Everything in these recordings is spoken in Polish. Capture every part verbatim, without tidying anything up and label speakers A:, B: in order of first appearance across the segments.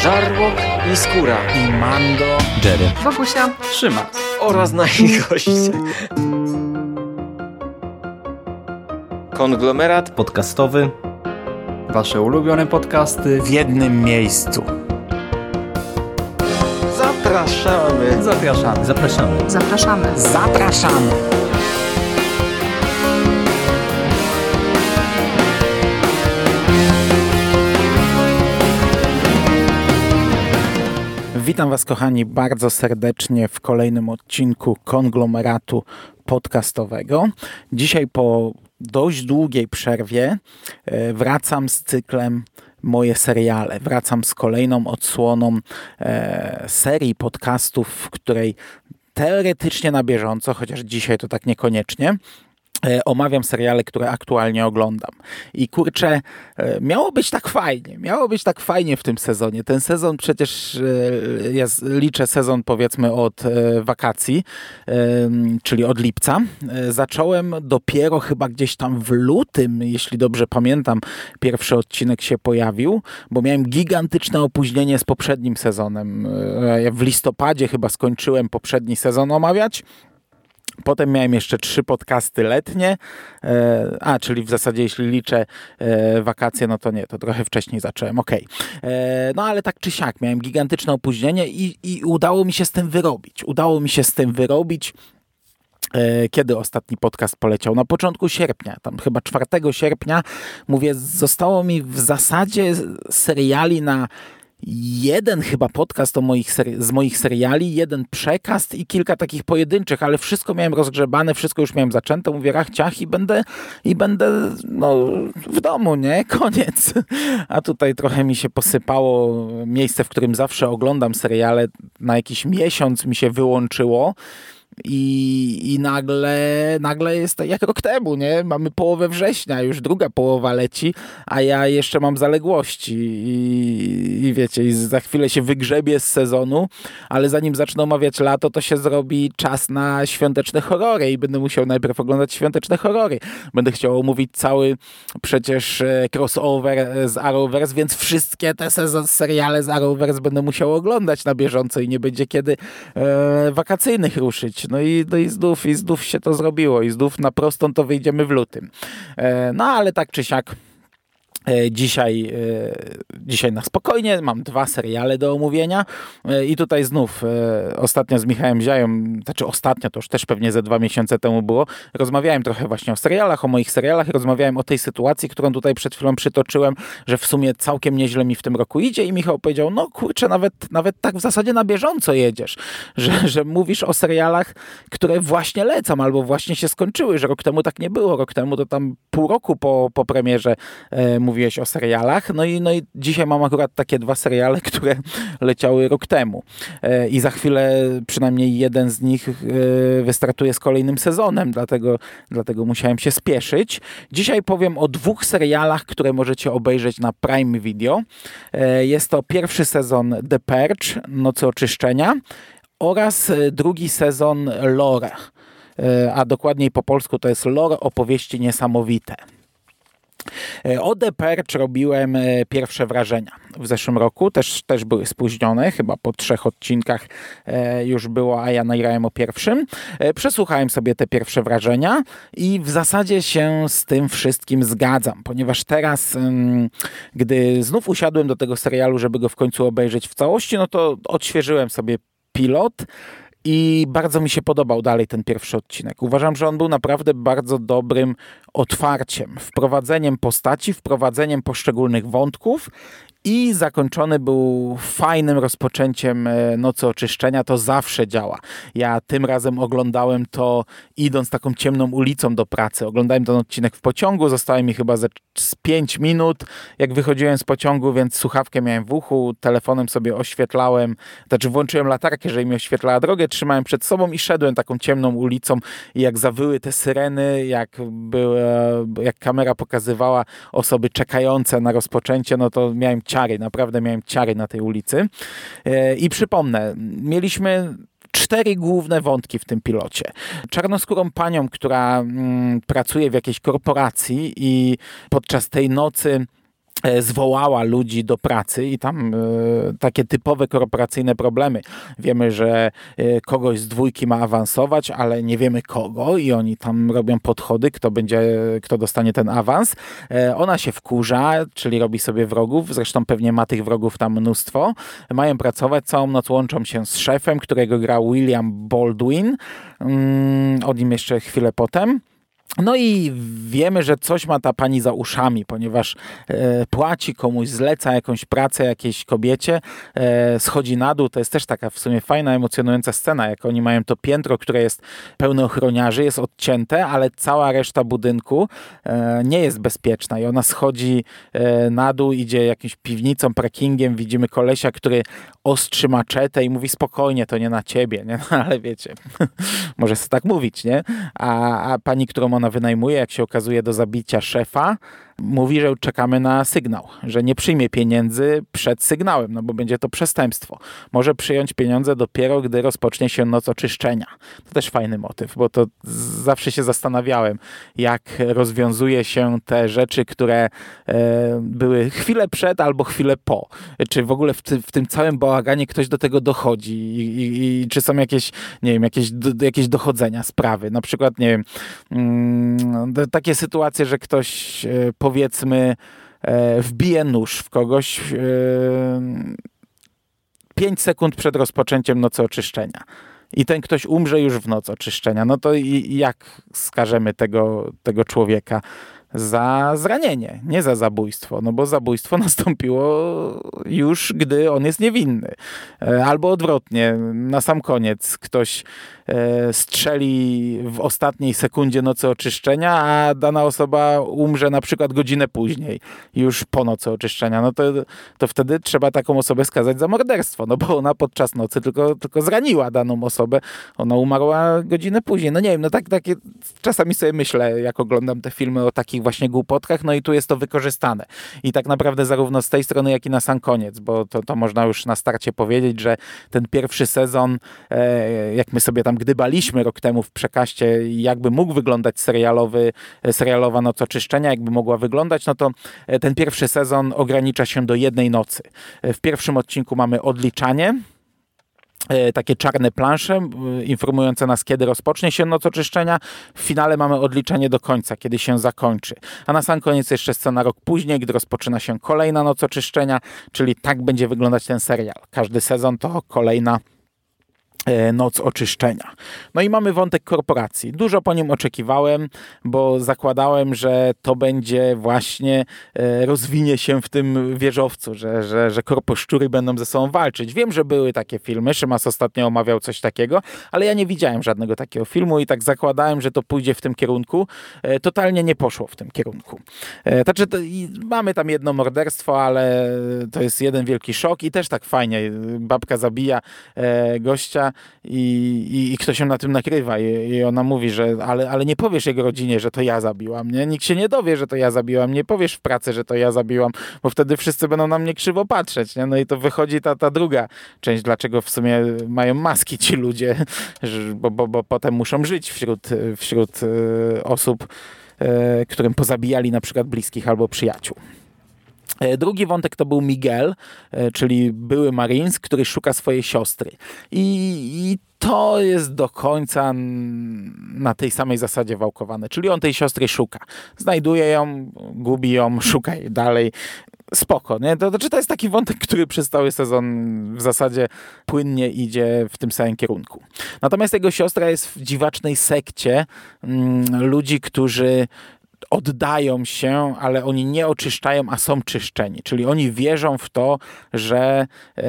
A: Żarłok i Skóra
B: i Mando,
C: Jerry,
D: Wokusia,
E: Szymas
A: oraz nasi goście. Konglomerat
C: podcastowy.
E: Wasze ulubione podcasty
B: w jednym miejscu.
A: Zapraszamy.
E: Zapraszamy.
C: Zapraszamy.
D: zapraszamy.
B: Zapraszamy. Witam Was, kochani, bardzo serdecznie w kolejnym odcinku Konglomeratu podcastowego. Dzisiaj po dość długiej przerwie wracam z cyklem Moje seriale. Wracam z kolejną odsłoną e, serii podcastów, w której teoretycznie na bieżąco, chociaż dzisiaj to tak niekoniecznie, omawiam seriale, które aktualnie oglądam. I kurczę, miało być tak fajnie. Miało być tak fajnie w tym sezonie. Ten sezon przecież, ja liczę sezon powiedzmy od wakacji, czyli od lipca. Zacząłem dopiero chyba gdzieś tam w lutym, jeśli dobrze pamiętam, pierwszy odcinek się pojawił, bo miałem gigantyczne opóźnienie z poprzednim sezonem. Ja w listopadzie chyba skończyłem poprzedni sezon omawiać. Potem miałem jeszcze trzy podcasty letnie, a czyli w zasadzie jeśli liczę wakacje, no to nie, to trochę wcześniej zacząłem, okej. Okay. No ale tak czy siak, miałem gigantyczne opóźnienie i, i udało mi się z tym wyrobić. Udało mi się z tym wyrobić. Kiedy ostatni podcast poleciał? Na początku sierpnia, tam chyba czwartego sierpnia. Mówię, zostało mi w zasadzie seriali na jeden chyba podcast o moich seri- z moich seriali, jeden przekaz i kilka takich pojedynczych, ale wszystko miałem rozgrzebane, wszystko już miałem zaczęte. Mówię, rach, ciach i będę, i będę no, w domu, nie? Koniec. A tutaj trochę mi się posypało. Miejsce, w którym zawsze oglądam seriale, na jakiś miesiąc mi się wyłączyło. I, i nagle, nagle jest tak jak rok temu, nie? Mamy połowę września, już druga połowa leci, a ja jeszcze mam zaległości i, i wiecie, i za chwilę się wygrzebię z sezonu, ale zanim zacznę omawiać lato, to się zrobi czas na świąteczne horrory i będę musiał najpierw oglądać świąteczne horrory. Będę chciał omówić cały przecież crossover z Arrowverse, więc wszystkie te sezon seriale z Arrowverse będę musiał oglądać na bieżąco i nie będzie kiedy e, wakacyjnych ruszyć. No i, no i znów, i znów się to zrobiło i znów na prostą to wyjdziemy w lutym. No ale tak czy siak Dzisiaj, dzisiaj na spokojnie, mam dwa seriale do omówienia i tutaj znów ostatnio z Michałem Ziają, znaczy ostatnio, to już też pewnie ze dwa miesiące temu było, rozmawiałem trochę właśnie o serialach, o moich serialach, rozmawiałem o tej sytuacji, którą tutaj przed chwilą przytoczyłem, że w sumie całkiem nieźle mi w tym roku idzie i Michał powiedział, no kurczę, nawet, nawet tak w zasadzie na bieżąco jedziesz, że, że mówisz o serialach, które właśnie lecą albo właśnie się skończyły, że rok temu tak nie było, rok temu to tam pół roku po, po premierze e, mówiłeś o serialach, no i, no i dzisiaj mam akurat takie dwa seriale, które leciały rok temu e, i za chwilę przynajmniej jeden z nich e, wystartuje z kolejnym sezonem, dlatego, dlatego musiałem się spieszyć. Dzisiaj powiem o dwóch serialach, które możecie obejrzeć na Prime Video. E, jest to pierwszy sezon The Purge, Nocy Oczyszczenia oraz drugi sezon Lore, e, a dokładniej po polsku to jest Lore Opowieści Niesamowite. O The Purge robiłem pierwsze wrażenia w zeszłym roku, też, też były spóźnione, chyba po trzech odcinkach już było, a ja nagrałem o pierwszym. Przesłuchałem sobie te pierwsze wrażenia i w zasadzie się z tym wszystkim zgadzam, ponieważ teraz, gdy znów usiadłem do tego serialu, żeby go w końcu obejrzeć w całości, no to odświeżyłem sobie pilot i bardzo mi się podobał dalej ten pierwszy odcinek. Uważam, że on był naprawdę bardzo dobrym otwarciem, wprowadzeniem postaci, wprowadzeniem poszczególnych wątków i zakończony był fajnym rozpoczęciem Nocy Oczyszczenia. To zawsze działa. Ja tym razem oglądałem to idąc taką ciemną ulicą do pracy. Oglądałem ten odcinek w pociągu, zostało mi chyba ze z pięć minut, jak wychodziłem z pociągu, więc słuchawkę miałem w uchu, telefonem sobie oświetlałem, znaczy włączyłem latarkę, żeby mi oświetlała drogę, trzymałem przed sobą i szedłem taką ciemną ulicą i jak zawyły te syreny, jak, była, jak kamera pokazywała osoby czekające na rozpoczęcie, no to miałem ciary, naprawdę miałem ciary na tej ulicy. I przypomnę, mieliśmy cztery główne wątki w tym pilocie. Czarnoskórą panią, która mm, pracuje w jakiejś korporacji i podczas tej nocy zwołała ludzi do pracy i tam y, takie typowe korporacyjne problemy. Wiemy, że y, kogoś z dwójki ma awansować, ale nie wiemy kogo i oni tam robią podchody, kto będzie, kto dostanie ten awans. Y, ona się wkurza, czyli robi sobie wrogów, zresztą pewnie ma tych wrogów tam mnóstwo. Mają pracować całą noc, łączą się z szefem, którego gra William Baldwin. Y, o nim jeszcze chwilę potem. No i wiemy, że coś ma ta pani za uszami, ponieważ e, płaci komuś, zleca jakąś pracę jakiejś kobiecie, e, schodzi na dół. To jest też taka w sumie fajna, emocjonująca scena, jak oni mają to piętro, które jest pełne ochroniarzy, jest odcięte, ale cała reszta budynku e, nie jest bezpieczna i ona schodzi e, na dół, idzie jakimś piwnicą, parkingiem, widzimy kolesia, który ostrzy maczetę i mówi spokojnie, to nie na ciebie, nie? No, ale wiecie, może sobie tak mówić, nie? A, a pani, którą ona wynajmuje, jak się okazuje, do zabicia szefa, mówi, że czekamy na sygnał, że nie przyjmie pieniędzy przed sygnałem, no bo będzie to przestępstwo. Może przyjąć pieniądze dopiero, gdy rozpocznie się noc oczyszczenia. To też fajny motyw, bo to zawsze się zastanawiałem, jak rozwiązuje się te rzeczy, które e, były chwilę przed albo chwilę po. Czy w ogóle w, ty, w tym całym bałaganie ktoś do tego dochodzi i, i, i czy są jakieś, nie wiem, jakieś, do, jakieś dochodzenia sprawy. Na przykład, nie wiem, mm, takie sytuacje, że ktoś e, powiedzmy e, wbije nóż w kogoś e, pięć sekund przed rozpoczęciem nocy oczyszczenia i ten ktoś umrze już w nocy oczyszczenia, no to i, jak skażemy tego, tego człowieka? Za zranienie, nie za zabójstwo, no bo zabójstwo nastąpiło już, gdy on jest niewinny. Albo odwrotnie, na sam koniec ktoś strzeli w ostatniej sekundzie nocy oczyszczenia, a dana osoba umrze na przykład godzinę później, już po nocy oczyszczenia, no to, to wtedy trzeba taką osobę skazać za morderstwo, no bo ona podczas nocy tylko, tylko zraniła daną osobę, ona umarła godzinę później. No nie wiem, no tak, takie czasami sobie myślę, jak oglądam te filmy o takich właśnie głupotkach, no i tu jest to wykorzystane. I tak naprawdę zarówno z tej strony, jak i na sam koniec, bo to, to można już na starcie powiedzieć, że ten pierwszy sezon, e, jak my sobie tam gdybaliśmy rok temu w przekaście, jakby mógł wyglądać serialowy, serialowa Noc Oczyszczenia, jakby mogła wyglądać, no to ten pierwszy sezon ogranicza się do jednej nocy. W pierwszym odcinku mamy odliczanie, takie czarne plansze informujące nas, kiedy rozpocznie się noc oczyszczenia. W finale mamy odliczenie do końca, kiedy się zakończy. A na sam koniec jeszcze scena rok później, gdy rozpoczyna się kolejna noc oczyszczenia, czyli tak będzie wyglądać ten serial. Każdy sezon to kolejna Noc Oczyszczenia. No i mamy wątek korporacji. Dużo po nim oczekiwałem, bo zakładałem, że to będzie właśnie, rozwinie się w tym wieżowcu, że, że, że korposzczury będą ze sobą walczyć. Wiem, że były takie filmy, Szymas ostatnio omawiał coś takiego, ale ja nie widziałem żadnego takiego filmu i tak zakładałem, że to pójdzie w tym kierunku. Totalnie nie poszło w tym kierunku. Znaczy, to, mamy tam jedno morderstwo, ale to jest jeden wielki szok i też tak fajnie. Babka zabija gościa, I, i, i ktoś się na tym nakrywa i, i ona mówi, że ale, ale nie powiesz jego rodzinie, że to ja zabiłam, nie? Nikt się nie dowie, że to ja zabiłam, nie powiesz w pracy, że to ja zabiłam, bo wtedy wszyscy będą na mnie krzywo patrzeć, nie? No i to wychodzi ta, ta druga część, dlaczego w sumie mają maski ci ludzie, bo, bo, bo potem muszą żyć wśród, wśród osób, którym pozabijali na przykład bliskich albo przyjaciół. Drugi wątek to był Miguel, czyli były Marines, który szuka swojej siostry. I, i to jest do końca na tej samej zasadzie wałkowane. Czyli on tej siostry szuka. Znajduje ją, gubi ją, szuka jej dalej. Spoko, nie? To, to, to jest taki wątek, który przez cały sezon w zasadzie płynnie idzie w tym samym kierunku. Natomiast jego siostra jest w dziwacznej sekcie mm, ludzi, którzy oddają się, ale oni nie oczyszczają, a są czyszczeni. Czyli oni wierzą w to, że e,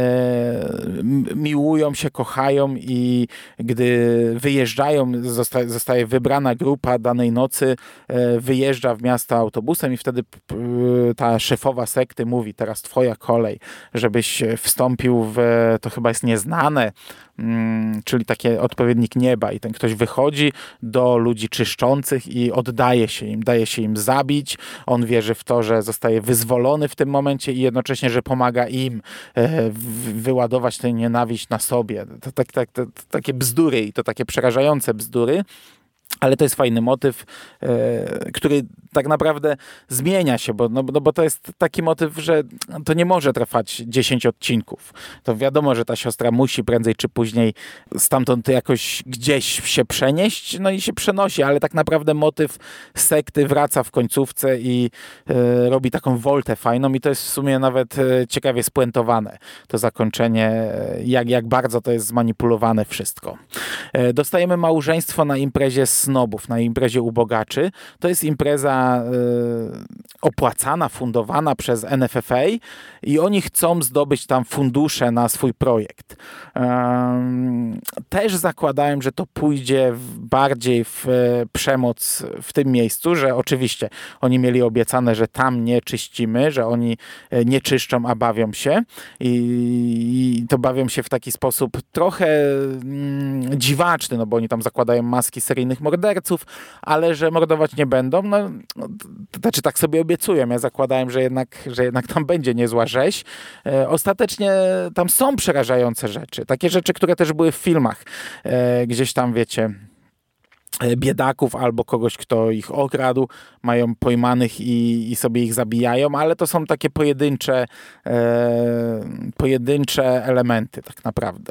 B: miłują się, kochają i gdy wyjeżdżają, zosta, zostaje wybrana grupa danej nocy, e, wyjeżdża w miasto autobusem i wtedy p, ta szefowa sekty mówi, teraz twoja kolej, żebyś wstąpił w, to chyba jest nieznane, mm, czyli taki odpowiednik nieba i ten ktoś wychodzi do ludzi czyszczących i oddaje się im, daje się im zabić. On wierzy w to, że zostaje wyzwolony w tym momencie i jednocześnie, że pomaga im e, wyładować tę nienawiść na sobie. To, tak, tak, to, to takie bzdury i to takie przerażające bzdury. Ale to jest fajny motyw, e, który tak naprawdę zmienia się, bo, no, no bo to jest taki motyw, że to nie może trwać dziesięć odcinków. To wiadomo, że ta siostra musi prędzej czy później stamtąd jakoś gdzieś się przenieść, no i się przenosi, ale tak naprawdę motyw sekty wraca w końcówce i e, robi taką woltę fajną i to jest w sumie nawet e, ciekawie spuentowane. To zakończenie, e, jak, jak bardzo to jest zmanipulowane wszystko. E, dostajemy małżeństwo na imprezie snobów, na imprezie ubogaczy. To jest impreza y, opłacana, fundowana przez N F F A i oni chcą zdobyć tam fundusze na swój projekt. Y, też zakładałem, że to pójdzie w, bardziej w y, przemoc w tym miejscu, że oczywiście oni mieli obiecane, że tam nie czyścimy, że oni y, nie czyszczą, a bawią się i, i to bawią się w taki sposób trochę y, dziwaczny, no bo oni tam zakładają maski seryjnych morderców, ale że mordować nie będą, no, no to znaczy tak sobie obiecują. Ja zakładałem, że jednak, że jednak tam będzie niezła rzeź. E, ostatecznie tam są przerażające rzeczy. Takie rzeczy, które też były w filmach. E, gdzieś tam, wiecie, biedaków albo kogoś, kto ich okradł, mają pojmanych i, i sobie ich zabijają, ale to są takie pojedyncze, e, pojedyncze elementy tak naprawdę.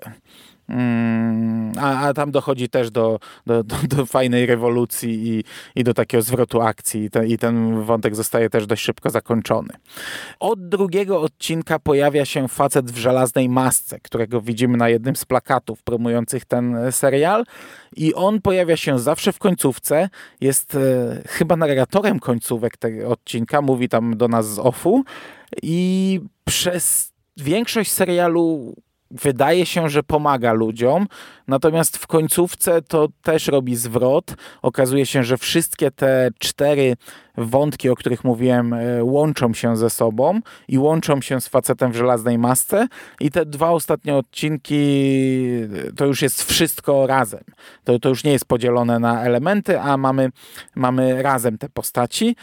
B: A, a tam dochodzi też do, do, do, do fajnej rewolucji i, i do takiego zwrotu akcji i, te, i ten wątek zostaje też dość szybko zakończony. Od drugiego odcinka pojawia się facet w żelaznej masce, którego widzimy na jednym z plakatów promujących ten serial i on pojawia się zawsze w końcówce, jest e, chyba narratorem końcówek tego odcinka, mówi tam do nas z offu i przez większość serialu wydaje się, że pomaga ludziom, natomiast w końcówce to też robi zwrot. Okazuje się, że wszystkie te cztery wątki, o których mówiłem, łączą się ze sobą i łączą się z facetem w żelaznej masce i te dwa ostatnie odcinki to już jest wszystko razem. To, to już nie jest podzielone na elementy, a mamy, mamy razem te postaci.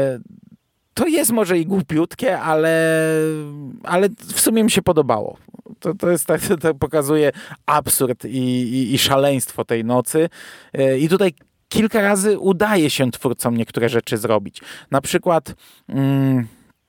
B: To jest może i głupiutkie, ale, ale w sumie mi się podobało. To, to, jest, to, to pokazuje absurd i, i, i szaleństwo tej nocy. I tutaj kilka razy udaje się twórcom niektóre rzeczy zrobić. Na przykład mm,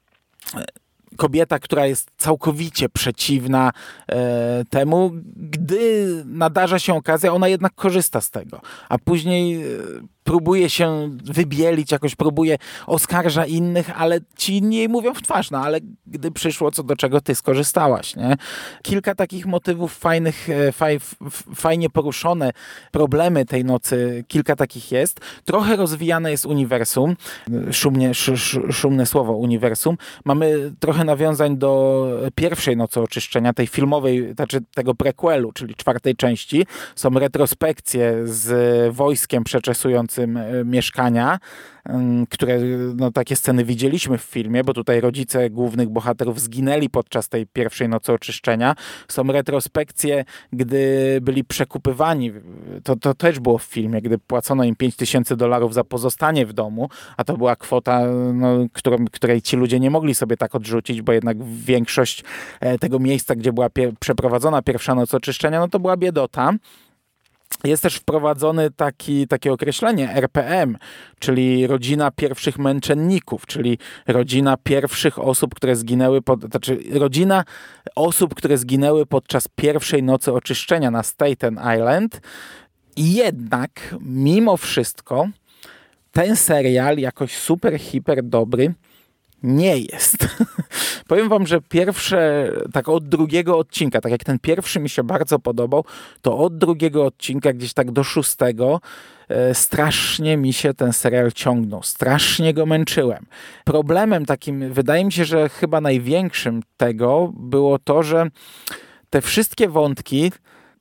B: kobieta, która jest całkowicie przeciwna e, temu, gdy nadarza się okazja, ona jednak korzysta z tego. A później e, próbuje się wybielić, jakoś próbuje, oskarża innych, ale ci nie mówią w twarz, no ale gdy przyszło co do czego, ty skorzystałaś, nie? Kilka takich motywów fajnych, faj, fajnie poruszone, problemy tej nocy, kilka takich jest. Trochę rozwijane jest uniwersum, szumnie, sz, szumne słowo uniwersum. Mamy trochę nawiązań do pierwszej Nocy Oczyszczenia, tej filmowej, znaczy tego prequelu, czyli czwartej części. Są retrospekcje z wojskiem przeczesującym mieszkania, które, no takie sceny widzieliśmy w filmie, bo tutaj rodzice głównych bohaterów zginęli podczas tej pierwszej Nocy Oczyszczenia. Są retrospekcje, gdy byli przekupywani, to, to też było w filmie, gdy płacono im pięć tysięcy dolarów za pozostanie w domu, a to była kwota, no, którą, której ci ludzie nie mogli sobie tak odrzucić, bo jednak większość tego miejsca, gdzie była pie- przeprowadzona pierwsza Noc Oczyszczenia, no to była biedota. Jest też wprowadzony taki, takie określenie R P M, czyli rodzina pierwszych męczenników, czyli rodzina pierwszych osób, które zginęły, pod, znaczy rodzina osób, które zginęły podczas pierwszej Nocy Oczyszczenia na Staten Island. I jednak, mimo wszystko, ten serial jakoś super, hiper dobry nie jest. Powiem wam, że pierwsze, tak od drugiego odcinka, tak jak ten pierwszy mi się bardzo podobał, to od drugiego odcinka gdzieś tak do szóstego e, strasznie mi się ten serial ciągnął. Strasznie go męczyłem. Problemem takim, wydaje mi się, że chyba największym tego było to, że te wszystkie wątki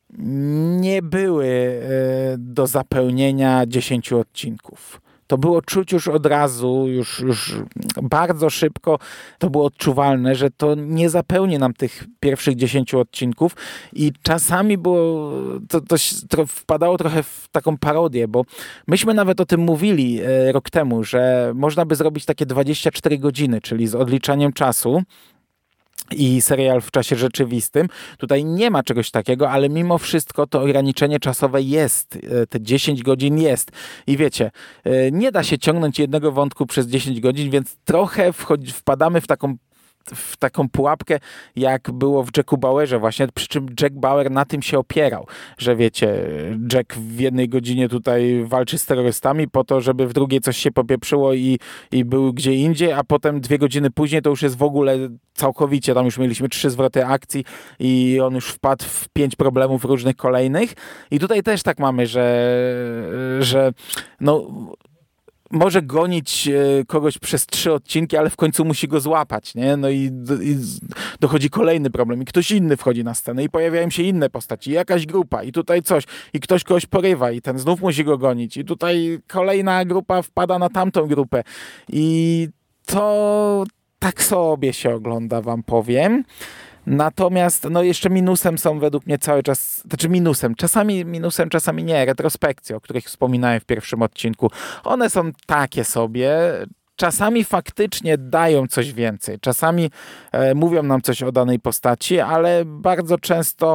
B: nie były e, do zapełnienia dziesięciu odcinków. To było czuć już od razu, już, już bardzo szybko to było odczuwalne, że to nie zapełni nam tych pierwszych dziesięciu odcinków i czasami było, to, to, to wpadało trochę w taką parodię, bo myśmy nawet o tym mówili e, rok temu, że można by zrobić takie dwadzieścia cztery godziny, czyli z odliczaniem czasu, i serial w czasie rzeczywistym. Tutaj nie ma czegoś takiego, ale mimo wszystko to ograniczenie czasowe jest. Te dziesięć godzin jest. I wiecie, nie da się ciągnąć jednego wątku przez dziesięć godzin, więc trochę wchodzi, wpadamy w taką w taką pułapkę, jak było w Jacku Bauerze właśnie, przy czym Jack Bauer na tym się opierał, że wiecie, Jack w jednej godzinie tutaj walczy z terrorystami po to, żeby w drugiej coś się popieprzyło i, i był gdzie indziej, a potem dwie godziny później to już jest w ogóle całkowicie, tam już mieliśmy trzy zwroty akcji i on już wpadł w pięć problemów różnych kolejnych i tutaj też tak mamy, że, że no może gonić kogoś przez trzy odcinki, ale w końcu musi go złapać, nie? No i, i dochodzi kolejny problem i ktoś inny wchodzi na scenę i pojawiają się inne postaci, jakaś grupa i tutaj coś i ktoś kogoś porywa i ten znów musi go gonić i tutaj kolejna grupa wpada na tamtą grupę i to tak sobie się ogląda, wam powiem. Natomiast no jeszcze minusem są według mnie cały czas, znaczy minusem, czasami minusem, czasami nie, retrospekcje, o których wspominałem w pierwszym odcinku. One są takie sobie, czasami faktycznie dają coś więcej, czasami e, mówią nam coś o danej postaci, ale bardzo często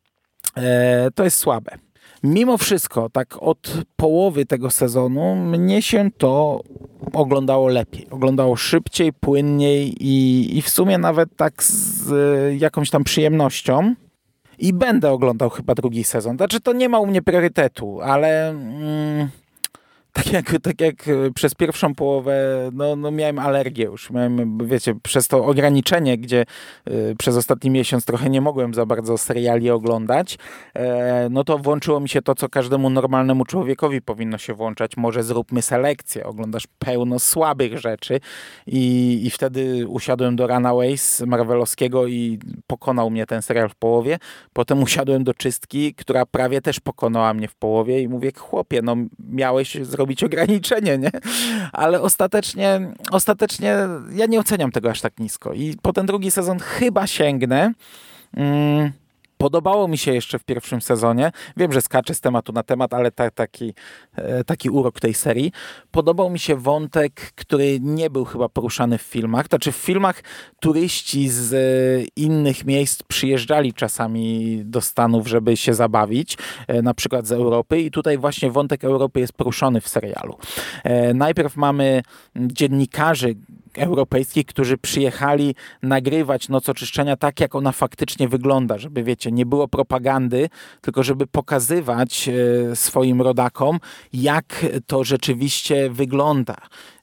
B: e, to jest słabe. Mimo wszystko, tak od połowy tego sezonu mnie się to oglądało lepiej. Oglądało szybciej, płynniej i, i w sumie nawet tak z y, jakąś tam przyjemnością. I będę oglądał chyba drugi sezon. Znaczy to nie ma u mnie priorytetu, ale mm, tak, jak, tak jak przez pierwszą połowę no, no miałem alergię już. Miałem, wiecie, przez to ograniczenie, gdzie y, przez ostatni miesiąc trochę nie mogłem za bardzo seriali oglądać, e, no to włączyło mi się to, co każdemu normalnemu człowiekowi powinno się włączać. Może zróbmy selekcję. Oglądasz pełno słabych rzeczy i, i wtedy usiadłem do Runaways marvelowskiego i pokonał mnie ten serial w połowie. Potem usiadłem do Czystki, która prawie też pokonała mnie w połowie i mówię, chłopie, no miałeś zrobić robić ograniczenie, nie? Ale ostatecznie, ostatecznie ja nie oceniam tego aż tak nisko. I po ten drugi sezon chyba sięgnę. Mm. Podobało mi się jeszcze w pierwszym sezonie. Wiem, że skaczę z tematu na temat, ale ta, taki, taki urok tej serii. Podobał mi się wątek, który nie był chyba poruszany w filmach. Znaczy w filmach turyści z innych miejsc przyjeżdżali czasami do Stanów, żeby się zabawić, na przykład z Europy i tutaj właśnie wątek Europy jest poruszony w serialu. Najpierw mamy dziennikarzy europejskich, którzy przyjechali nagrywać Noc Oczyszczenia tak, jak ona faktycznie wygląda, żeby, wiecie, nie było propagandy, tylko żeby pokazywać e, swoim rodakom, jak to rzeczywiście wygląda,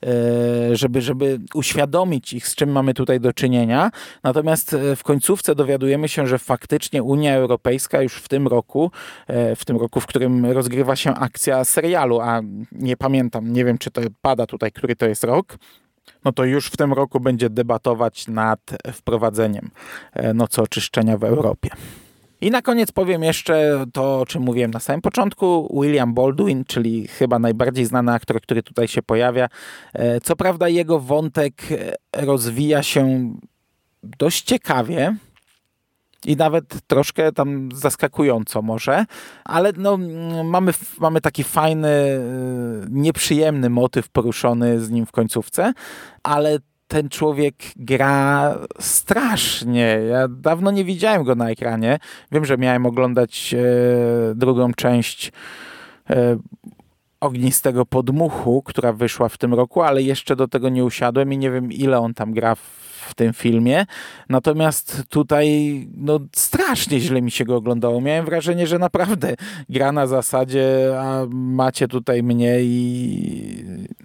B: e, żeby, żeby uświadomić ich, z czym mamy tutaj do czynienia. Natomiast w końcówce dowiadujemy się, że faktycznie Unia Europejska już w tym roku, e, w tym roku, w którym rozgrywa się akcja serialu, a nie pamiętam, nie wiem, czy to pada tutaj, który to jest rok, no to już w tym roku będzie debatować nad wprowadzeniem Nocy Oczyszczenia w Europie. I na koniec powiem jeszcze to, o czym mówiłem na samym początku. William Baldwin, czyli chyba najbardziej znany aktor, który tutaj się pojawia. Co prawda jego wątek rozwija się dość ciekawie i nawet troszkę tam zaskakująco może, ale no, mamy, mamy taki fajny, nieprzyjemny motyw poruszony z nim w końcówce, ale ten człowiek gra strasznie. Ja dawno nie widziałem go na ekranie. Wiem, że miałem oglądać e, drugą część e, Ognistego Podmuchu, która wyszła w tym roku, ale jeszcze do tego nie usiadłem i nie wiem, ile on tam gra w w tym filmie. Natomiast tutaj no, strasznie źle mi się go oglądało. Miałem wrażenie, że naprawdę gra na zasadzie, a macie tutaj mnie i,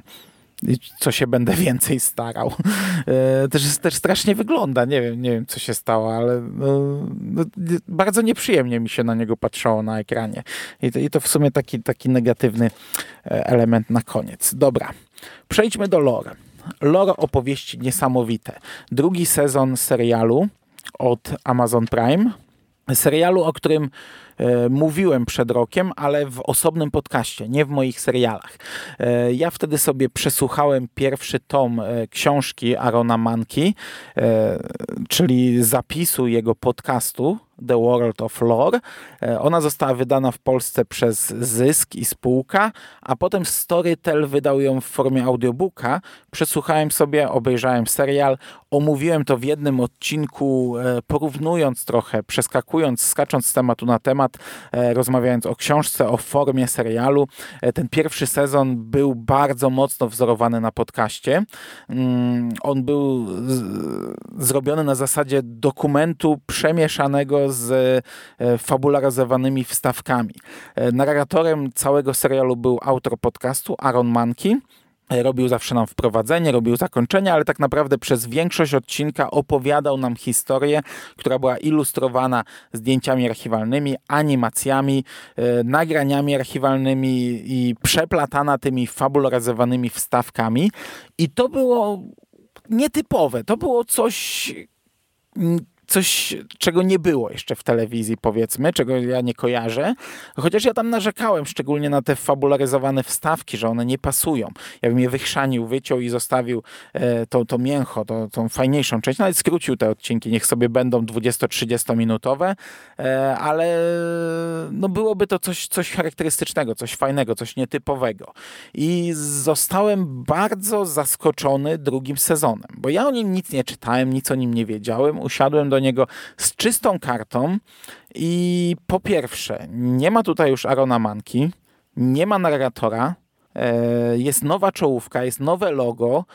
B: i co się będę więcej starał. E, też, też strasznie wygląda. Nie wiem, nie wiem co się stało, ale no, no, bardzo nieprzyjemnie mi się na niego patrzyło na ekranie. I to, i to w sumie taki, taki negatywny element na koniec. Dobra, przejdźmy do lore. Lore opowieści niesamowite. Drugi sezon serialu od Amazon Prime. Serialu, o którym e, mówiłem przed rokiem, ale w osobnym podcaście, nie w moich serialach. E, ja wtedy sobie przesłuchałem pierwszy tom e, książki Arona Manki, e, czyli zapisu jego podcastu The World of Lore. Ona została wydana w Polsce przez Zysk i spółka, a potem Storytel wydał ją w formie audiobooka. Przesłuchałem sobie, obejrzałem serial, omówiłem to w jednym odcinku, porównując trochę, przeskakując, skacząc z tematu na temat, rozmawiając o książce, o formie serialu. Ten pierwszy sezon był bardzo mocno wzorowany na podcaście. On był zrobiony na zasadzie dokumentu przemieszanego z fabularyzowanymi wstawkami. Narratorem całego serialu był autor podcastu Aaron Mahnke. Robił zawsze nam wprowadzenie, robił zakończenie, ale tak naprawdę przez większość odcinka opowiadał nam historię, która była ilustrowana zdjęciami archiwalnymi, animacjami, e, nagraniami archiwalnymi i przeplatana tymi fabularyzowanymi wstawkami. I to było nietypowe. To było coś... Coś, czego nie było jeszcze w telewizji, powiedzmy, czego ja nie kojarzę. Chociaż ja tam narzekałem szczególnie na te fabularyzowane wstawki, że one nie pasują. Ja bym je wychrzanił, wyciął i zostawił e, to, to mięcho, to, tą fajniejszą część. Nawet skrócił te odcinki, niech sobie będą dwudziesto-trzydziestominutowe, e, ale no byłoby to coś, coś charakterystycznego, coś fajnego, coś nietypowego. I zostałem bardzo zaskoczony drugim sezonem, bo ja o nim nic nie czytałem, nic o nim nie wiedziałem. Usiadłem do niego z czystą kartą i po pierwsze, nie ma tutaj już Aarona Mahnke, nie ma narratora, jest nowa czołówka, jest nowe logo,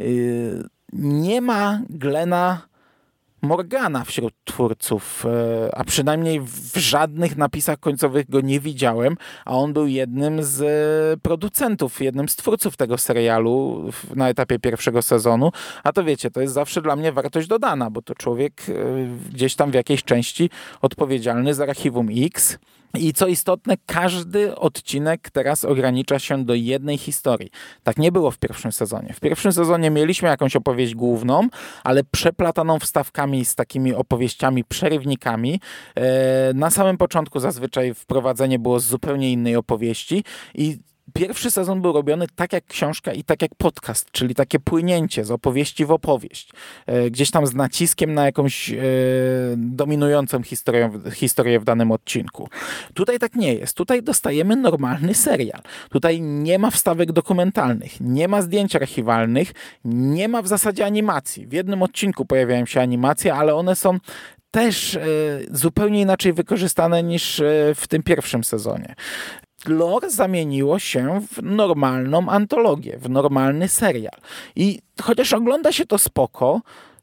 B: nie ma Glena Morgana wśród twórców, a przynajmniej w żadnych napisach końcowych go nie widziałem, a on był jednym z producentów, jednym z twórców tego serialu na etapie pierwszego sezonu, a to wiecie, to jest zawsze dla mnie wartość dodana, bo to człowiek gdzieś tam w jakiejś części odpowiedzialny za Archiwum X. I co istotne, każdy odcinek teraz ogranicza się do jednej historii. Tak nie było w pierwszym sezonie. W pierwszym sezonie mieliśmy jakąś opowieść główną, ale przeplataną wstawkami z takimi opowieściami, przerywnikami. Na samym początku zazwyczaj wprowadzenie było z zupełnie innej opowieści i pierwszy sezon był robiony tak jak książka i tak jak podcast, czyli takie płynięcie z opowieści w opowieść. E, gdzieś tam z naciskiem na jakąś e, dominującą historię, historię w danym odcinku. Tutaj tak nie jest. Tutaj dostajemy normalny serial. Tutaj nie ma wstawek dokumentalnych, nie ma zdjęć archiwalnych, nie ma w zasadzie animacji. W jednym odcinku pojawiają się animacje, ale one są też e, zupełnie inaczej wykorzystane niż e, w tym pierwszym sezonie. Lore zamieniło się w normalną antologię, w normalny serial. I chociaż ogląda się to spoko,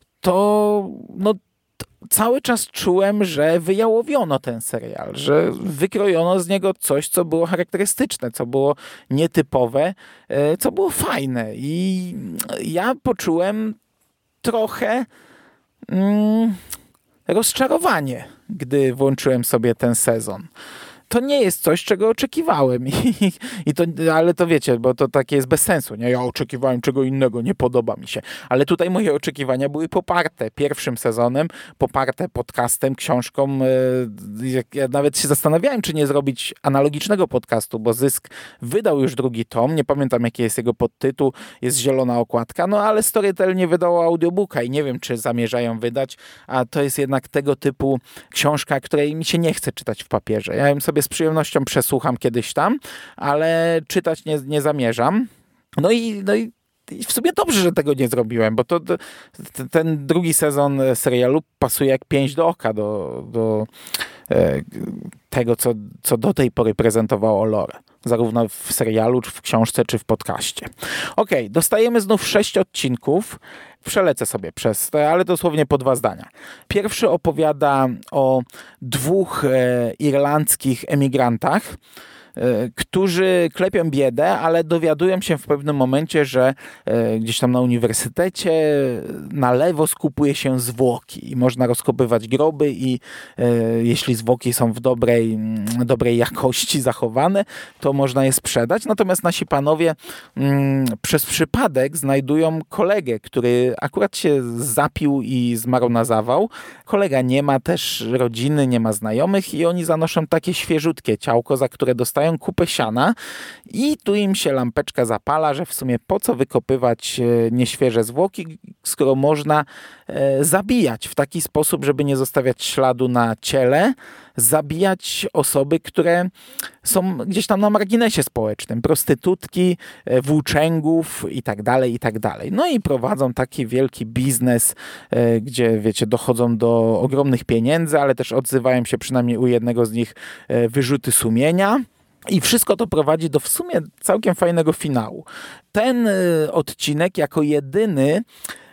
B: to no, t- cały czas czułem, że wyjałowiono ten serial, że wykrojono z niego coś, co było charakterystyczne, co było nietypowe, e, co było fajne. I ja poczułem trochę mm, rozczarowanie, gdy włączyłem sobie ten sezon. To nie jest coś, czego oczekiwałem. I, i to, ale to wiecie, bo to takie jest bez sensu. Nie? Ja oczekiwałem czego innego, nie podoba mi się. Ale tutaj moje oczekiwania były poparte pierwszym sezonem, poparte podcastem, książką. Ja nawet się zastanawiałem, czy nie zrobić analogicznego podcastu, bo Zysk wydał już drugi tom. Nie pamiętam, jaki jest jego podtytuł. Jest zielona okładka, no ale Storytel nie wydało audiobooka i nie wiem, czy zamierzają wydać, a to jest jednak tego typu książka, której mi się nie chce czytać w papierze. Ja ją sobie z przyjemnością przesłucham kiedyś tam, ale czytać nie, nie zamierzam. No i, no i i w sumie dobrze, że tego nie zrobiłem, bo to, to ten drugi sezon serialu pasuje jak pięść do oka do, do e, tego, co, co do tej pory prezentowało Lore. Zarówno w serialu, czy w książce, czy w podcaście. Okej, okay, dostajemy znów sześć odcinków. Przelecę sobie przez to, ale dosłownie po dwa zdania. Pierwszy opowiada o dwóch e, irlandzkich emigrantach, którzy klepią biedę, ale dowiadują się w pewnym momencie, że gdzieś tam na uniwersytecie na lewo skupuje się zwłoki i można rozkopywać groby i jeśli zwłoki są w dobrej, dobrej jakości zachowane, to można je sprzedać. Natomiast nasi panowie mm, przez przypadek znajdują kolegę, który akurat się zapił i zmarł na zawał. Kolega nie ma też rodziny, nie ma znajomych i oni zanoszą takie świeżutkie ciałko, za które dostają dostają kupę siana i tu im się lampeczka zapala, że w sumie po co wykopywać nieświeże zwłoki, skoro można zabijać w taki sposób, żeby nie zostawiać śladu na ciele, zabijać osoby, które są gdzieś tam na marginesie społecznym, prostytutki, włóczęgów i tak dalej, i tak dalej. No i prowadzą taki wielki biznes, gdzie, wiecie, dochodzą do ogromnych pieniędzy, ale też odzywają się przynajmniej u jednego z nich wyrzuty sumienia. I wszystko to prowadzi do w sumie całkiem fajnego finału. Ten odcinek jako jedyny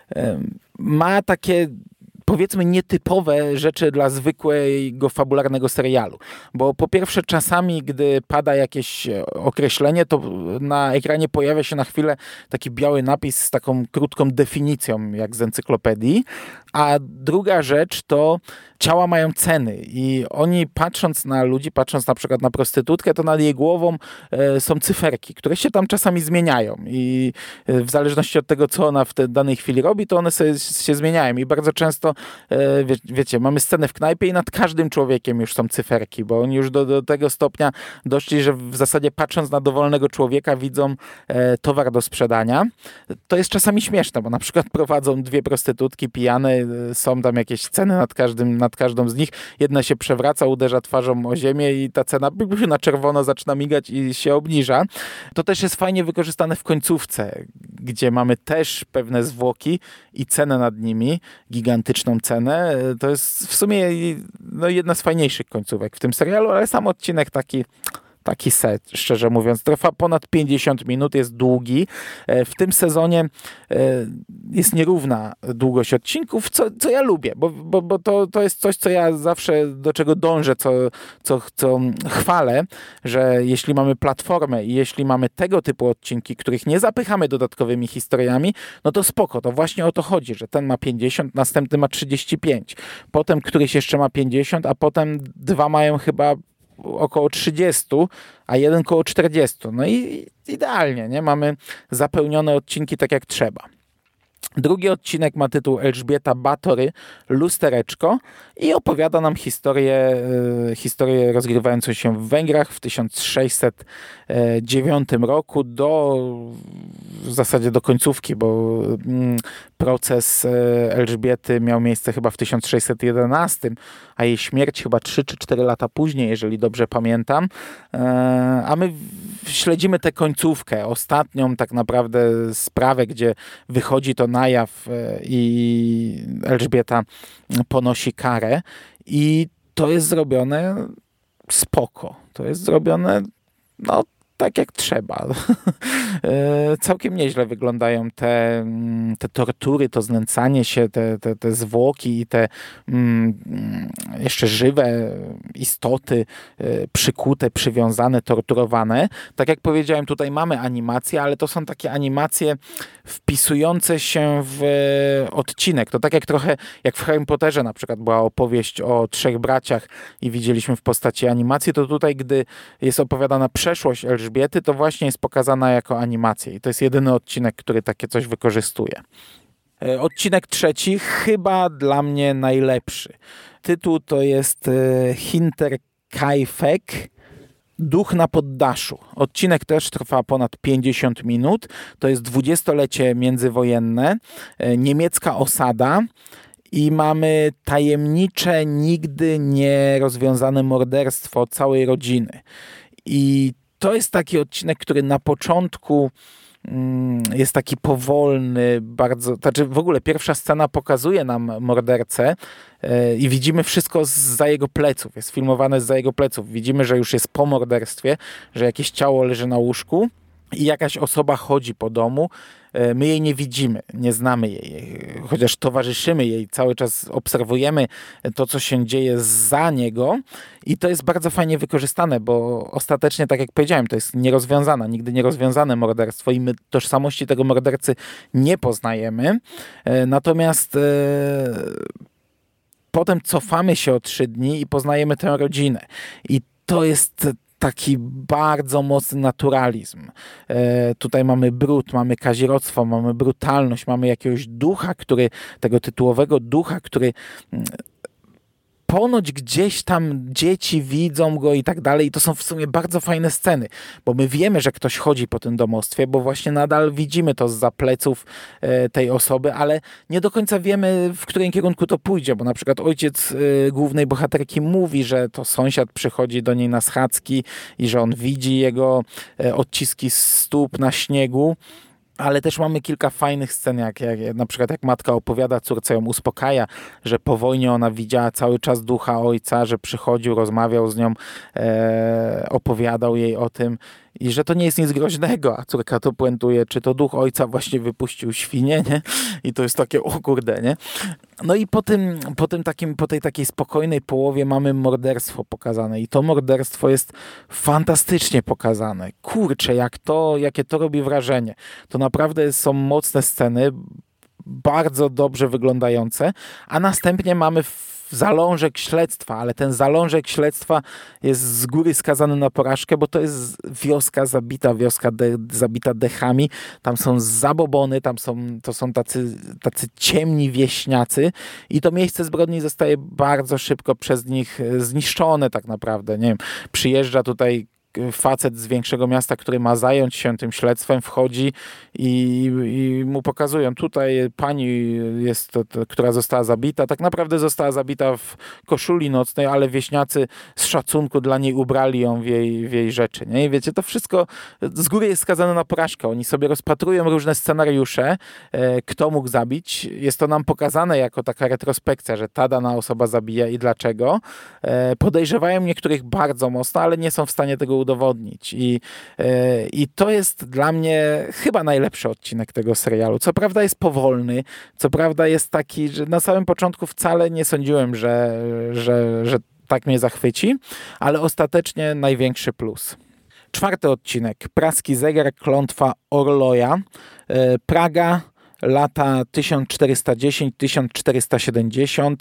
B: ma takie, powiedzmy, nietypowe rzeczy dla zwykłego fabularnego serialu. Bo po pierwsze czasami, gdy pada jakieś określenie, to na ekranie pojawia się na chwilę taki biały napis z taką krótką definicją, jak z encyklopedii. A druga rzecz to ciała mają ceny i oni patrząc na ludzi, patrząc na przykład na prostytutkę, to nad jej głową e, są cyferki, które się tam czasami zmieniają i e, w zależności od tego, co ona w tej danej chwili robi, to one sobie się zmieniają i bardzo często e, wie, wiecie, mamy scenę w knajpie i nad każdym człowiekiem już są cyferki, bo oni już do, do tego stopnia doszli, że w zasadzie patrząc na dowolnego człowieka widzą e, towar do sprzedania. To jest czasami śmieszne, bo na przykład prowadzą dwie prostytutki pijane, są tam jakieś ceny nad każdym, nad każdą z nich. Jedna się przewraca, uderza twarzą o ziemię i ta cena na czerwono zaczyna migać i się obniża. To też jest fajnie wykorzystane w końcówce, gdzie mamy też pewne zwłoki i cenę nad nimi, gigantyczną cenę. To jest w sumie no, jedna z fajniejszych końcówek w tym serialu, ale sam odcinek taki... Taki set, szczerze mówiąc. Trwa ponad pięćdziesiąt minut, jest długi. W tym sezonie jest nierówna długość odcinków, co, co ja lubię, bo, bo, bo to, to jest coś, co ja zawsze do czego dążę, co, co, co chwalę, że jeśli mamy platformę i jeśli mamy tego typu odcinki, których nie zapychamy dodatkowymi historiami, no to spoko, to właśnie o to chodzi, że ten ma pięćdziesiąt, następny ma trzydzieści pięć, potem któryś jeszcze ma pięćdziesiąt, a potem dwa mają chyba około trzydzieści, a jeden koło czterdzieści. No i idealnie, nie? Mamy zapełnione odcinki tak jak trzeba. Drugi odcinek ma tytuł Elżbieta Batory, Lustereczko i opowiada nam historię, historię rozgrywającą się w Węgrach w tysiąc sześćset dziewiątym roku do w zasadzie do końcówki, bo proces Elżbiety miał miejsce chyba w tysiąc sześćset jedenastym, a jej śmierć chyba trzy czy cztery lata później, jeżeli dobrze pamiętam. A my śledzimy tę końcówkę, ostatnią tak naprawdę sprawę, gdzie wychodzi to na jaw i Elżbieta ponosi karę i to jest zrobione spoko. To jest zrobione no tak jak trzeba. Całkiem nieźle wyglądają te, te tortury, to znęcanie się, te, te, te zwłoki i te mm, jeszcze żywe istoty przykute, przywiązane, torturowane. Tak jak powiedziałem, tutaj mamy animacje, ale to są takie animacje wpisujące się w odcinek. To tak jak trochę, jak w Harry Potterze na przykład była opowieść o trzech braciach i widzieliśmy w postaci animacji, to tutaj, gdy jest opowiadana przeszłość Elżbiety, to właśnie jest pokazana jako animacja i to jest jedyny odcinek, który takie coś wykorzystuje. Odcinek trzeci, chyba dla mnie najlepszy. Tytuł to jest Hinterkaifeck, Duch na poddaszu. Odcinek też trwa ponad pięćdziesiąt minut. To jest dwudziestolecie międzywojenne, niemiecka osada i mamy tajemnicze, nigdy nie rozwiązane morderstwo całej rodziny. I to jest taki odcinek, który na początku jest taki powolny, bardzo, znaczy w ogóle pierwsza scena pokazuje nam mordercę i widzimy wszystko zza jego pleców, jest filmowane zza jego pleców. Widzimy, że już jest po morderstwie, że jakieś ciało leży na łóżku i jakaś osoba chodzi po domu. My jej nie widzimy, nie znamy jej, chociaż towarzyszymy jej, cały czas obserwujemy to, co się dzieje za niego i to jest bardzo fajnie wykorzystane, bo ostatecznie, tak jak powiedziałem, to jest nierozwiązane, nigdy nierozwiązane morderstwo i my tożsamości tego mordercy nie poznajemy. Natomiast e, potem cofamy się o trzy dni i poznajemy tę rodzinę i to jest taki bardzo mocny naturalizm. E, tutaj mamy brud, mamy kazirodztwo, mamy brutalność, mamy jakiegoś ducha, który, tego tytułowego ducha, który ponoć gdzieś tam dzieci widzą go i tak dalej i to są w sumie bardzo fajne sceny, bo my wiemy, że ktoś chodzi po tym domostwie, bo właśnie nadal widzimy to zza pleców e, tej osoby, ale nie do końca wiemy, w którym kierunku to pójdzie, bo na przykład ojciec e, głównej bohaterki mówi, że to sąsiad przychodzi do niej na schadzki i że on widzi jego e, odciski stóp na śniegu. Ale też mamy kilka fajnych scen, jak, jak na przykład jak matka opowiada córce, ją uspokaja, że po wojnie ona widziała cały czas ducha ojca, że przychodził, rozmawiał z nią, e, opowiadał jej o tym i że to nie jest nic groźnego, a córka to puentuje, czy to duch ojca właśnie wypuścił świnię, nie? I to jest takie, o kurde, nie? No i po tym, po tym takim, po tej takiej spokojnej połowie mamy morderstwo pokazane i to morderstwo jest fantastycznie pokazane. Kurczę, jak to, jakie to robi wrażenie. To naprawdę są mocne sceny, bardzo dobrze wyglądające, a następnie mamy zalążek śledztwa, ale ten zalążek śledztwa jest z góry skazany na porażkę, bo to jest wioska zabita, wioska de, zabita dechami, tam są zabobony, tam są, to są tacy, tacy ciemni wieśniacy i to miejsce zbrodni zostaje bardzo szybko przez nich zniszczone tak naprawdę, nie wiem, przyjeżdża tutaj facet z większego miasta, który ma zająć się tym śledztwem, wchodzi i, i mu pokazują, tutaj pani jest, to, to, która została zabita, tak naprawdę została zabita w koszuli nocnej, ale wieśniacy z szacunku dla niej ubrali ją w jej, w jej rzeczy. Nie? I wiecie, to wszystko z góry jest skazane na porażkę. Oni sobie rozpatrują różne scenariusze, e, kto mógł zabić. Jest to nam pokazane jako taka retrospekcja, że ta dana osoba zabija i dlaczego. E, podejrzewają niektórych bardzo mocno, ale nie są w stanie tego udowodnić. I, yy, I to jest dla mnie chyba najlepszy odcinek tego serialu. Co prawda jest powolny, co prawda jest taki, że na samym początku wcale nie sądziłem, że, że, że tak mnie zachwyci, ale ostatecznie największy plus. Czwarty odcinek. Praski zegar, klątwa Orloja. Yy, Praga, lata tysiąc czterysta dziesięć do tysiąc czterysta siedemdziesiąt.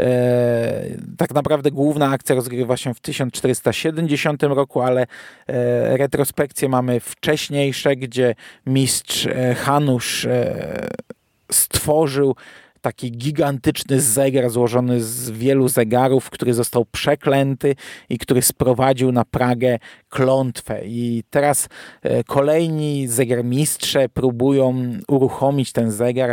B: E, tak naprawdę główna akcja rozgrywa się w tysiąc czterysta siedemdziesiątym roku, ale e, retrospekcje mamy wcześniejsze, gdzie mistrz e, Hanusz e, stworzył taki gigantyczny zegar złożony z wielu zegarów, który został przeklęty i który sprowadził na Pragę klątwę. I teraz e, kolejni zegarmistrze próbują uruchomić ten zegar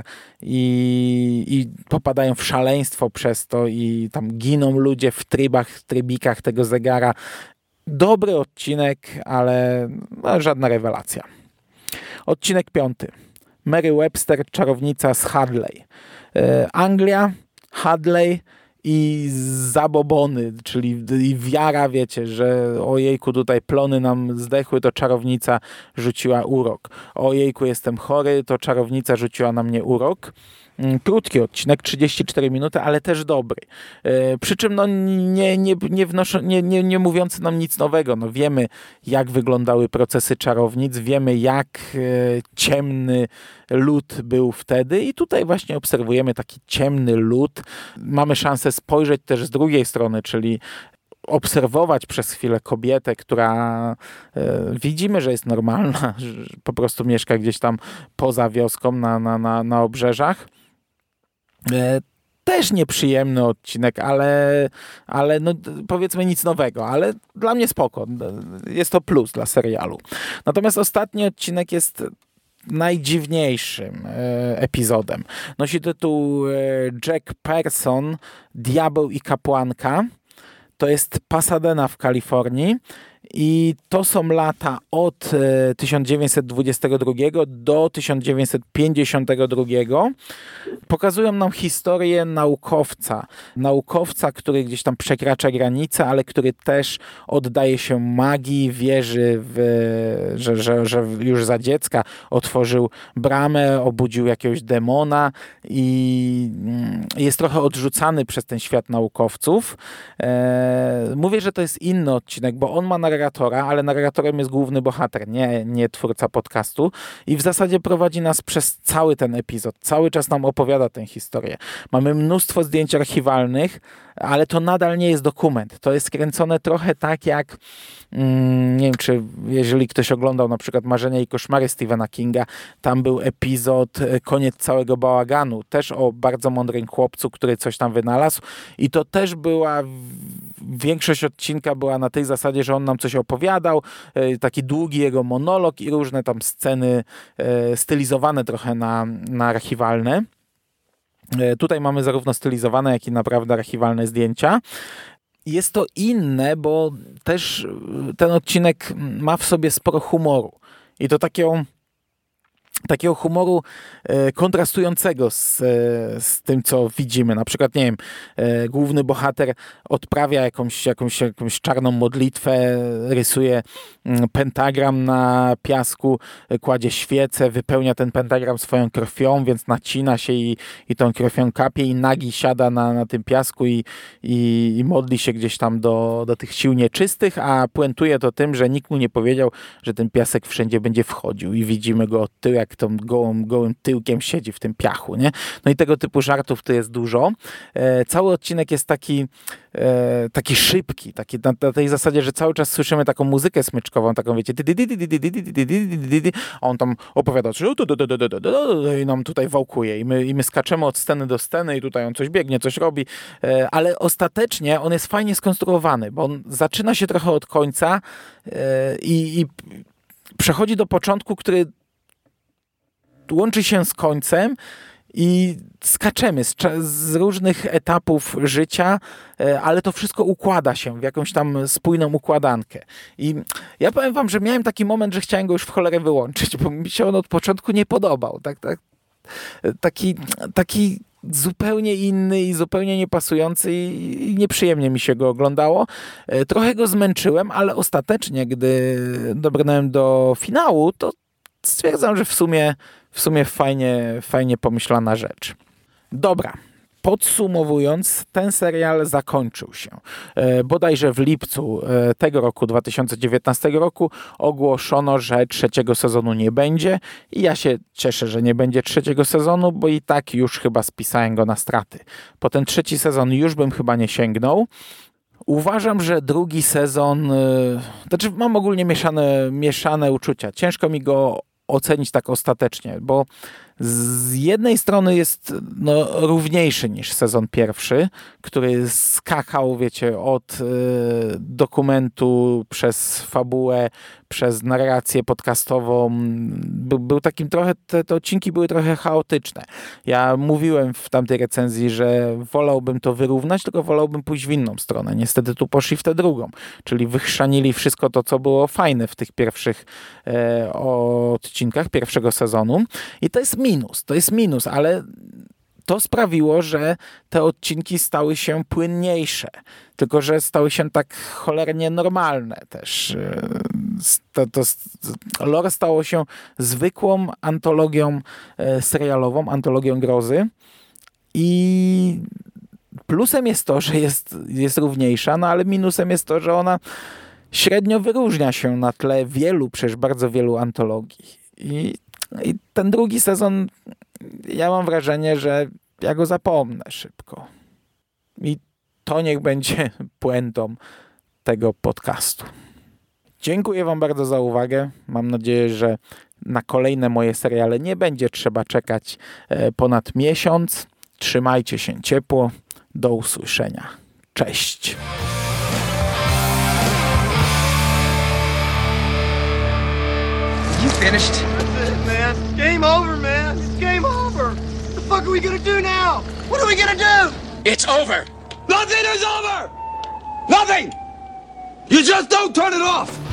B: i, i popadają w szaleństwo przez to i tam giną ludzie w trybach, w trybikach tego zegara. Dobry odcinek, ale no, żadna rewelacja. Odcinek piąty. Mary Webster, czarownica z Hadley. Anglia, Hadley i zabobony, czyli i wiara, wiecie, że ojejku, tutaj plony nam zdechły, to czarownica rzuciła urok. Ojejku, jestem chory, to czarownica rzuciła na mnie urok. Krótki odcinek, trzydzieści cztery minuty, ale też dobry. E, przy czym no, nie, nie, nie, wnoszę, nie, nie, nie mówiący nam nic nowego. No, wiemy, jak wyglądały procesy czarownic, wiemy, jak e, ciemny lud był wtedy i tutaj właśnie obserwujemy taki ciemny lud. Mamy szansę spojrzeć też z drugiej strony, czyli obserwować przez chwilę kobietę, która e, widzimy, że jest normalna, że po prostu mieszka gdzieś tam poza wioską na, na, na, na obrzeżach. E, też nieprzyjemny odcinek, ale, ale no, powiedzmy nic nowego, ale dla mnie spoko. Jest to plus dla serialu. Natomiast ostatni odcinek jest najdziwniejszym e, epizodem. Nosi tytuł e, Jack Person, Diabeł i kapłanka. To jest Pasadena w Kalifornii i to są lata od e, tysiąc dziewięćset dwudziestego drugiego do tysiąc dziewięćset pięćdziesiątego drugiego. Pokazują nam historię naukowca. Naukowca, który gdzieś tam przekracza granice, ale który też oddaje się magii, wierzy, w, że, że, że już za dziecka otworzył bramę, obudził jakiegoś demona i jest trochę odrzucany przez ten świat naukowców. E, mówię, że to jest inny odcinek, bo on ma na narratora, ale narratorem jest główny bohater, nie, nie twórca podcastu i w zasadzie prowadzi nas przez cały ten epizod. Cały czas nam opowiada tę historię. Mamy mnóstwo zdjęć archiwalnych, ale to nadal nie jest dokument. To jest kręcone trochę tak jak, mm, nie wiem, czy jeżeli ktoś oglądał na przykład Marzenia i koszmary Stephena Kinga, tam był epizod Koniec całego bałaganu, też o bardzo mądrym chłopcu, który coś tam wynalazł i to też była, większość odcinka była na tej zasadzie, że on nam coś opowiadał, taki długi jego monolog i różne tam sceny stylizowane trochę na, na archiwalne. Tutaj mamy zarówno stylizowane, jak i naprawdę archiwalne zdjęcia. Jest to inne, bo też ten odcinek ma w sobie sporo humoru. I to takiego, takiego humoru e, kontrastującego z, e, z tym, co widzimy. Na przykład, nie wiem, e, główny bohater odprawia jakąś, jakąś, jakąś czarną modlitwę, rysuje m, pentagram na piasku, e, kładzie świecę, wypełnia ten pentagram swoją krwią, więc nacina się i, i tą krwią kapie i nagi siada na, na tym piasku i, i, i modli się gdzieś tam do, do tych sił nieczystych, a puentuje to tym, że nikt mu nie powiedział, że ten piasek wszędzie będzie wchodził i widzimy go od tyłu, jak tą gołym, gołym tyłkiem siedzi w tym piachu, nie? No i tego typu żartów tu jest dużo. E, cały odcinek jest taki, e, taki szybki, taki na, na tej zasadzie, że cały czas słyszymy taką muzykę smyczkową, taką wiecie, a on tam opowiada, że i nam tutaj wałkuje i my, i my skaczemy od sceny do sceny i tutaj on coś biegnie, coś robi, e, ale ostatecznie on jest fajnie skonstruowany, bo on zaczyna się trochę od końca e, i, i przechodzi do początku, który łączy się z końcem i skaczemy z, z różnych etapów życia, ale to wszystko układa się w jakąś tam spójną układankę. I ja powiem wam, że miałem taki moment, że chciałem go już w cholerę wyłączyć, bo mi się on od początku nie podobał. Tak, tak, taki, taki zupełnie inny i zupełnie niepasujący i, i nieprzyjemnie mi się go oglądało. Trochę go zmęczyłem, ale ostatecznie, gdy dobrnąłem do finału, to stwierdzam, że w sumie, w sumie fajnie, fajnie pomyślana rzecz. Dobra, podsumowując, ten serial zakończył się. E, bodajże w lipcu e, tego roku, dwa tysiące dziewiętnastego roku, ogłoszono, że trzeciego sezonu nie będzie i ja się cieszę, że nie będzie trzeciego sezonu, bo i tak już chyba spisałem go na straty. Po ten trzeci sezon już bym chyba nie sięgnął. Uważam, że drugi sezon, yy, znaczy mam ogólnie mieszane, mieszane uczucia. Ciężko mi go ocenić tak ostatecznie, bo z jednej strony jest no, równiejszy niż sezon pierwszy, który skakał, wiecie, od y, dokumentu przez fabułę, przez narrację podcastową. By, był takim trochę, te, te odcinki były trochę chaotyczne. Ja mówiłem w tamtej recenzji, że wolałbym to wyrównać, tylko wolałbym pójść w inną stronę. Niestety tu poszli w tę drugą, czyli wychrzanili wszystko to, co było fajne w tych pierwszych e, odcinkach pierwszego sezonu. I to jest minus, to jest minus, ale to sprawiło, że te odcinki stały się płynniejsze, tylko że stały się tak cholernie normalne też. To, to, lore stało się zwykłą antologią serialową, antologią grozy i plusem jest to, że jest, jest równiejsza, no ale minusem jest to, że ona średnio wyróżnia się na tle wielu, przecież bardzo wielu antologii. I I ten drugi sezon, ja mam wrażenie, że ja go zapomnę szybko. I to niech będzie puentą tego podcastu. Dziękuję wam bardzo za uwagę. Mam nadzieję, że na kolejne moje seriale nie będzie trzeba czekać ponad miesiąc. Trzymajcie się ciepło. Do usłyszenia. Cześć.
C: You finished? That's it, man. Game over, man. It's game over. What the fuck are we gonna do now? What are we gonna do?
D: It's over.
F: Nothing is over! Nothing! You just don't turn it off!